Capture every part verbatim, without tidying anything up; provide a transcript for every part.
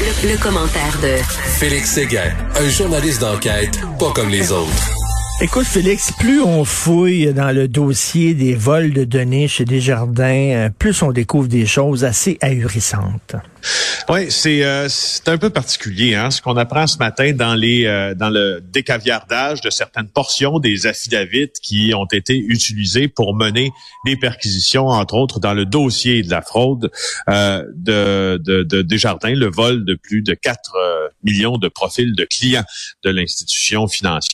Le, le commentaire de Félix Séguin, un journaliste d'enquête pas comme les autres. Écoute, Félix, plus on fouille dans le dossier des vols de données chez Desjardins, plus on découvre des choses assez ahurissantes. Oui, c'est euh, c'est un peu particulier, hein, ce qu'on apprend ce matin dans les euh, dans le décaviardage de certaines portions des affidavits qui ont été utilisés pour mener des perquisitions, entre autres dans le dossier de la fraude euh, de, de, de Desjardins, le vol de plus de quatre millions de profils de clients de l'institution financière.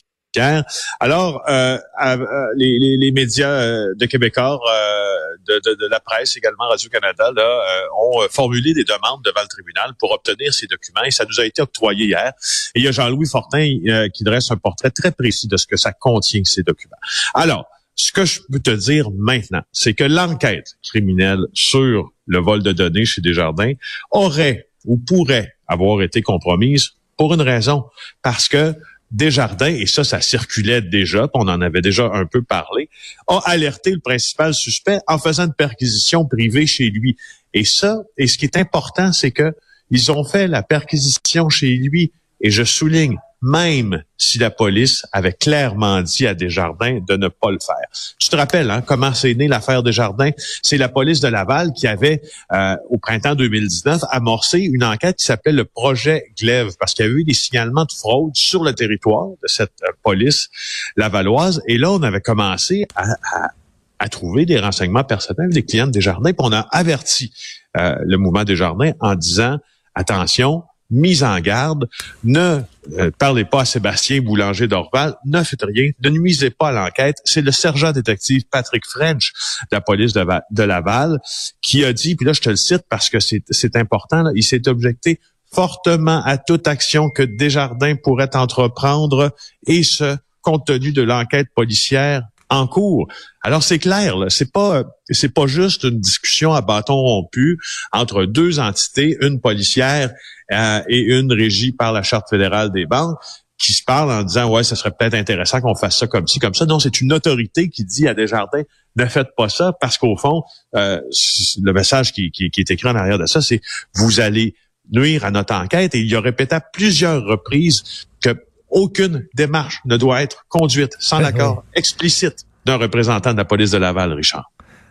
Alors, euh, euh, les, les, les médias euh, de Québécois, euh, de, de, de la presse, également Radio-Canada, là, euh, ont formulé des demandes devant le tribunal pour obtenir ces documents et ça nous a été octroyé hier. Et il y a Jean-Louis Fortin euh, qui dresse un portrait très précis de ce que ça contient, ces documents. Alors, ce que je peux te dire maintenant, c'est que l'enquête criminelle sur le vol de données chez Desjardins aurait ou pourrait avoir été compromise pour une raison, parce que Desjardins, et ça, ça circulait déjà, on en avait déjà un peu parlé, a alerté le principal suspect en faisant une perquisition privée chez lui. Et ça, et ce qui est important, c'est que ils ont fait la perquisition chez lui, et je souligne, même si la police avait clairement dit à Desjardins de ne pas le faire. Tu te rappelles hein, comment c'est né l'affaire Desjardins? C'est la police de Laval qui avait, euh, au printemps deux mille dix-neuf, amorcé une enquête qui s'appelait le projet Glaive, parce qu'il y avait eu des signalements de fraude sur le territoire de cette euh, police lavalloise. Et là, on avait commencé à, à, à trouver des renseignements personnels des clients de Desjardins, puis on a averti euh, le mouvement Desjardins en disant, attention, mise en garde, ne euh, parlez pas à Sébastien Boulanger d'Orval, ne faites rien, ne nuisez pas à l'enquête. C'est le sergent détective Patrick French de la police de, Va- de Laval qui a dit, puis là je te le cite parce que c'est, c'est important, là, il s'est objecté fortement à toute action que Desjardins pourrait entreprendre et ce, compte tenu de l'enquête policière en cours. Alors c'est clair, là, c'est pas c'est pas juste une discussion à bâton rompu entre deux entités, une policière euh, et une régie par la Charte fédérale des banques, qui se parlent en disant ouais, ça serait peut-être intéressant qu'on fasse ça comme ci, comme ça. Non, c'est une autorité qui dit à Desjardins ne faites pas ça parce qu'au fond, euh, le message qui, qui, qui est écrit en arrière de ça, c'est vous allez nuire à notre enquête. Et il a répété à plusieurs reprises que aucune démarche ne doit être conduite sans l'accord explicite d'un représentant de la police de Laval, Richard.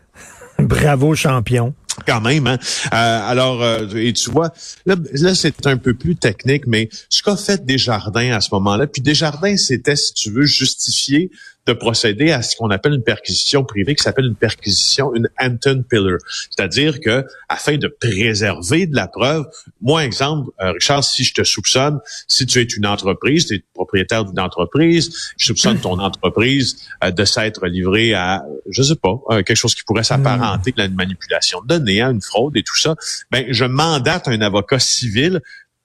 Bravo, champion. Quand même, hein. Euh, alors, euh, et tu vois, là, là, c'est un peu plus technique, mais ce qu'a fait Desjardins à ce moment-là, puis Desjardins, c'était, si tu veux, justifier de procéder à ce qu'on appelle une perquisition privée, qui s'appelle une perquisition, une Hampton Pillar. C'est-à-dire que, afin de préserver de la preuve, moi, exemple, euh, Richard, si je te soupçonne, si tu es une entreprise, tu es propriétaire d'une entreprise, je soupçonne ton entreprise euh, de s'être livrée à, je sais pas, euh, quelque chose qui pourrait s'apparenter à une manipulation de données, à une fraude et tout ça, ben, je mandate un avocat civil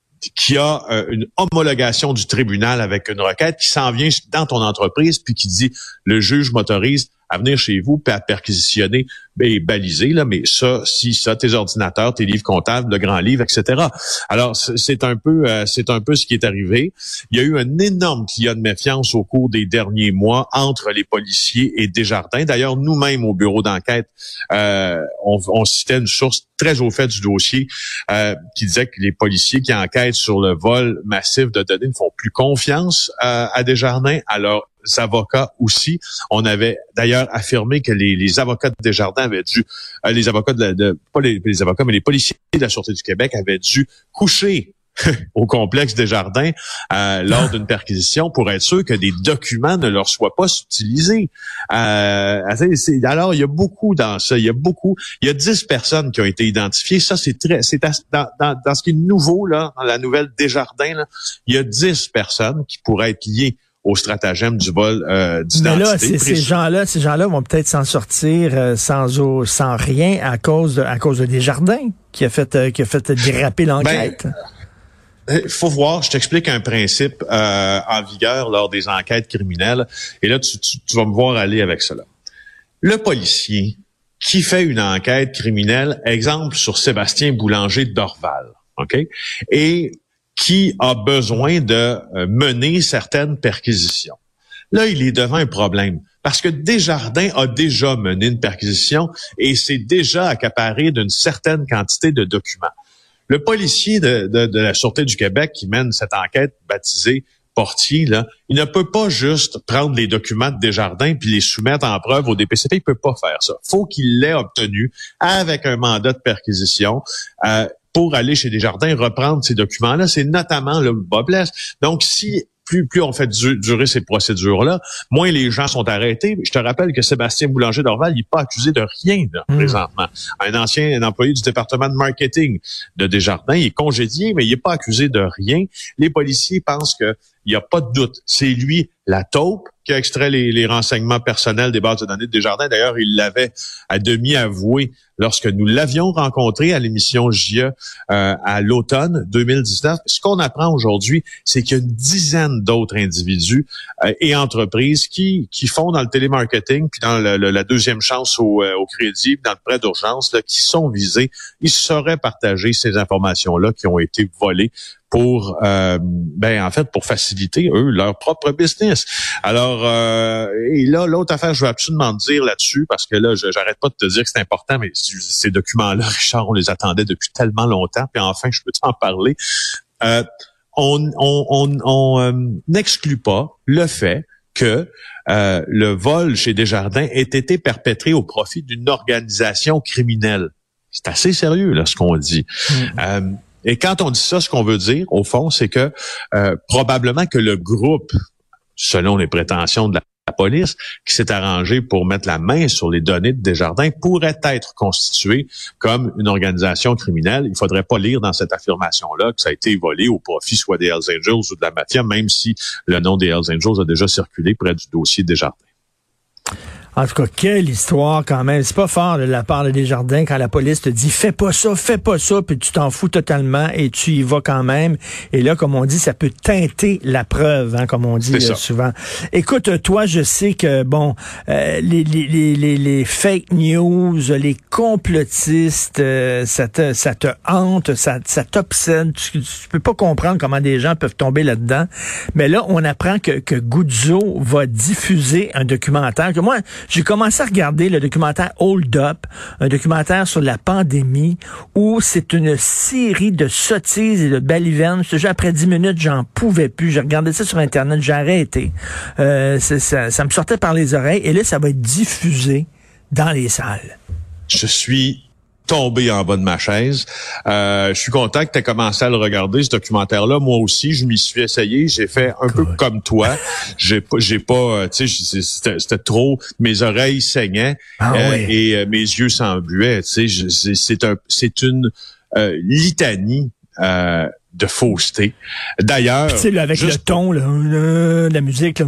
qui a euh, une homologation du tribunal avec une requête qui s'en vient dans ton entreprise puis qui dit le juge m'autorise à venir chez vous puis à perquisitionner et baliser là, mais ça, si ça, tes ordinateurs, tes livres comptables, le grand livre, et cetera. Alors c'est un peu, euh, c'est un peu ce qui est arrivé. Il y a eu un énorme climat de méfiance au cours des derniers mois entre les policiers et Desjardins. D'ailleurs, nous-mêmes au bureau d'enquête, euh, on, on citait une source très au fait du dossier euh, qui disait que les policiers qui enquêtent sur le vol massif de données ne font plus confiance euh, à Desjardins. Alors avocats aussi. On avait d'ailleurs affirmé que les, les avocats de Desjardins avaient dû, euh, les avocats de, la, de pas les, les avocats, mais les policiers de la Sûreté du Québec avaient dû coucher au complexe Desjardins euh, lors d'une perquisition pour être sûr que des documents ne leur soient pas subtilisés. Euh, c'est, alors, il y a beaucoup dans ça. Il y a beaucoup. Il y a dix personnes qui ont été identifiées. Ça, c'est très. C'est dans, dans, dans ce qui est nouveau là, dans la nouvelle Desjardins, là, il y a dix personnes qui pourraient être liées au stratagème du vol euh, d'identité. Mais là, c'est, ces gens-là, ces gens-là vont peut-être s'en sortir euh, sans sans rien à cause de, à cause de Desjardins qui a fait euh, qui a fait déraper l'enquête. Ben, il faut voir, je t'explique un principe euh, en vigueur lors des enquêtes criminelles, et là, tu, tu, tu vas me voir aller avec cela. Le policier qui fait une enquête criminelle, exemple sur Sébastien Boulanger d'Orval, OK? Et qui a besoin de mener certaines perquisitions. Là, il est devant un problème. Parce que Desjardins a déjà mené une perquisition et s'est déjà accaparé d'une certaine quantité de documents. Le policier de, de, de la Sûreté du Québec qui mène cette enquête baptisée Portier, là, il ne peut pas juste prendre les documents de Desjardins puis les soumettre en preuve au D P C P. Il peut pas faire ça. Faut qu'il l'ait obtenu avec un mandat de perquisition euh, pour aller chez Desjardins reprendre ces documents-là. C'est notamment le bas blesse. Donc, si Plus, plus on fait du, durer ces procédures-là, moins les gens sont arrêtés. Je te rappelle que Sébastien Boulanger-Dorval, il n'est pas accusé de rien là, mmh. présentement. Un ancien un employé du département de marketing de Desjardins, il est congédié, mais il n'est pas accusé de rien. Les policiers pensent que il n'y a pas de doute. C'est lui, la taupe, qui a extrait les, les renseignements personnels des bases de données de Desjardins. D'ailleurs, il l'avait à demi avoué lorsque nous l'avions rencontré à l'émission J E euh, à l'automne deux mille dix-neuf. Ce qu'on apprend aujourd'hui, c'est qu'il y a une dizaine d'autres individus euh, et entreprises qui qui font dans le télémarketing, puis dans le, le, la deuxième chance au, euh, au crédit, puis dans le prêt d'urgence, là, qui sont visés. Ils sauraient partager ces informations-là qui ont été volées pour, euh, ben en fait, pour faciliter, eux, leur propre business. Alors, euh, et là, l'autre affaire, je veux absolument te dire là-dessus, parce que là, je, j'arrête pas de te dire que c'est important, mais ces documents-là, Richard, on les attendait depuis tellement longtemps, puis enfin, je peux t'en parler. Euh, on on, on, on euh, n'exclut pas le fait que euh, le vol chez Desjardins ait été perpétré au profit d'une organisation criminelle. C'est assez sérieux, là, ce qu'on dit. Mmh. Euh, Et quand on dit ça, ce qu'on veut dire, au fond, c'est que euh, probablement que le groupe, selon les prétentions de la, la police, qui s'est arrangé pour mettre la main sur les données de Desjardins, pourrait être constitué comme une organisation criminelle. Il faudrait pas lire dans cette affirmation-là que ça a été volé au profit soit des Hells Angels ou de la mafia, même si le nom des Hells Angels a déjà circulé près du dossier Desjardins. En tout cas, quelle histoire quand même. C'est pas fort de la part de Desjardins quand la police te dit « fais pas ça, fais pas ça », puis tu t'en fous totalement et tu y vas quand même. Et là, comme on dit, ça peut teinter la preuve, hein, comme on dit euh, souvent. Écoute, toi, je sais que, bon, euh, les, les, les, les fake news, les complotistes, euh, ça te, ça te hante, ça, ça t'obsède. Tu, tu peux pas comprendre comment des gens peuvent tomber là-dedans. Mais là, on apprend que, que Guzzo va diffuser un documentaire que moi, j'ai commencé à regarder le documentaire Hold Up, un documentaire sur la pandémie, où c'est une série de sottises et de balivernes. Je te jure, après dix minutes, j'en pouvais plus. J'ai regardé ça sur Internet, j'ai arrêté. Euh, ça, ça me sortait par les oreilles. Et là, ça va être diffusé dans les salles. Je suis tombé en bas de ma chaise. Euh, je suis content que tu aies commencé à le regarder, ce documentaire-là. Moi aussi, je m'y suis essayé. J'ai fait un God. peu comme toi. J'ai pas, j'ai pas, tu sais, c'était, c'était trop. Mes oreilles saignaient ah, euh, oui. et euh, mes yeux s'embuaient. Tu sais, c'est, c'est un, c'est une euh, litanie euh, de fausseté. D'ailleurs, tu sais, avec le ton, là, euh, la musique, là,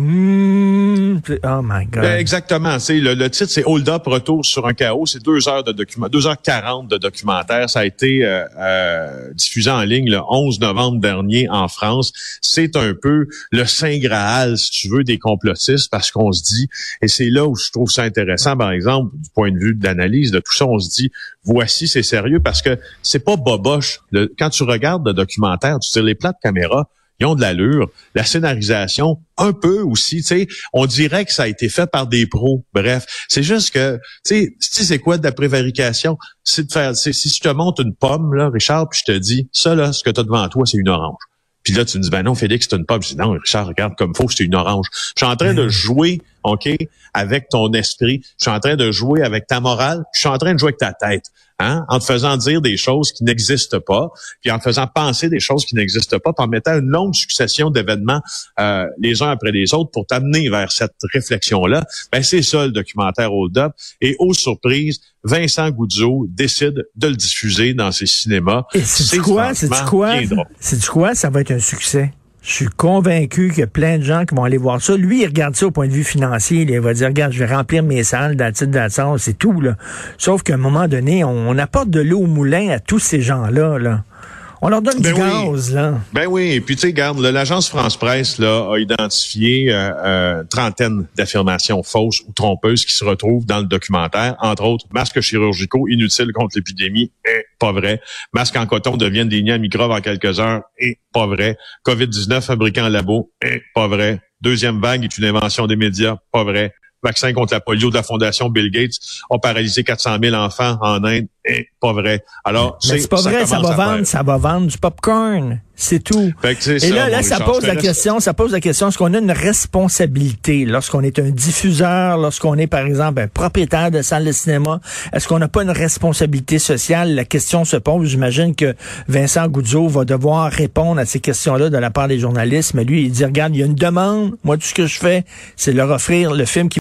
mm, oh my God. Ben exactement. C'est le, le titre, c'est Hold Up, retour sur un chaos. C'est deux heures de document, deux heures quarante de documentaire. Ça a été euh, euh, diffusé en ligne le onze novembre dernier en France. C'est un peu le saint graal, si tu veux, des complotistes, parce qu'on se dit, et c'est là où je trouve ça intéressant, par exemple, du point de vue de l'analyse de tout ça, on se dit, voici, c'est sérieux, parce que c'est pas boboche. Le, quand tu regardes le documentaire, tu tires les plats de caméra, ils ont de l'allure. La scénarisation, un peu aussi, tu sais, on dirait que ça a été fait par des pros. Bref, c'est juste que, tu sais, c'est quoi de la prévarication? C'est de faire, c'est, si je te montre une pomme, là, Richard, puis je te dis, ça, là, ce que tu as devant toi, c'est une orange. Puis là, tu me dis, ben non, Félix, c'est une pomme. Je dis, non, Richard, regarde comme faut, c'est une orange. Je suis en train de jouer, OK, avec ton esprit. Je suis en train de jouer avec ta morale. Je suis en train de jouer avec ta tête. Hein, en te faisant dire des choses qui n'existent pas, puis en te faisant penser des choses qui n'existent pas, puis en mettant une longue succession d'événements euh, les uns après les autres pour t'amener vers cette réflexion-là, ben c'est ça le documentaire Hold Up. Et aux surprises, Vincent Guzzo décide de le diffuser dans ses cinémas. Et c'est du quoi? C'est du quoi? C'est du quoi? Ça va être un succès. Je suis convaincu qu'il y a plein de gens qui vont aller voir ça. Lui, il regarde ça au point de vue financier. Il va dire, regarde, je vais remplir mes salles, d'attitude, d'attitude, c'est tout, là. Sauf qu'à un moment donné, on, on apporte de l'eau au moulin à tous ces gens-là, là. On leur donne ben du oui. gaz, là. Ben oui, et puis tu sais, regarde, l'agence France-Presse là a identifié euh, euh, trentaine d'affirmations fausses ou trompeuses qui se retrouvent dans le documentaire. Entre autres, masques chirurgicaux inutiles contre l'épidémie, et pas vrai. Masques en coton deviennent des nids à microbes en quelques heures, et pas vrai. covid dix-neuf fabriqué en labo, et pas vrai. Deuxième vague est une invention des médias, pas vrai. vaccin contre la polio de la Fondation Bill Gates a paralysé quatre cent mille enfants en Inde. Eh, pas vrai. Alors, mais c'est, c'est pas ça vrai, ça va vendre, faire. ça va vendre du popcorn. C'est tout. Fait que c'est Et ça, là, là, ça pose la question, ça pose la question, est-ce qu'on a une responsabilité lorsqu'on est un diffuseur, lorsqu'on est, par exemple, un propriétaire de salle de cinéma? Est-ce qu'on n'a pas une responsabilité sociale? La question se pose. J'imagine que Vincent Goudzo va devoir répondre à ces questions-là de la part des journalistes. Mais lui, il dit, regarde, il y a une demande. Moi, tout ce que je fais, c'est leur offrir le film qui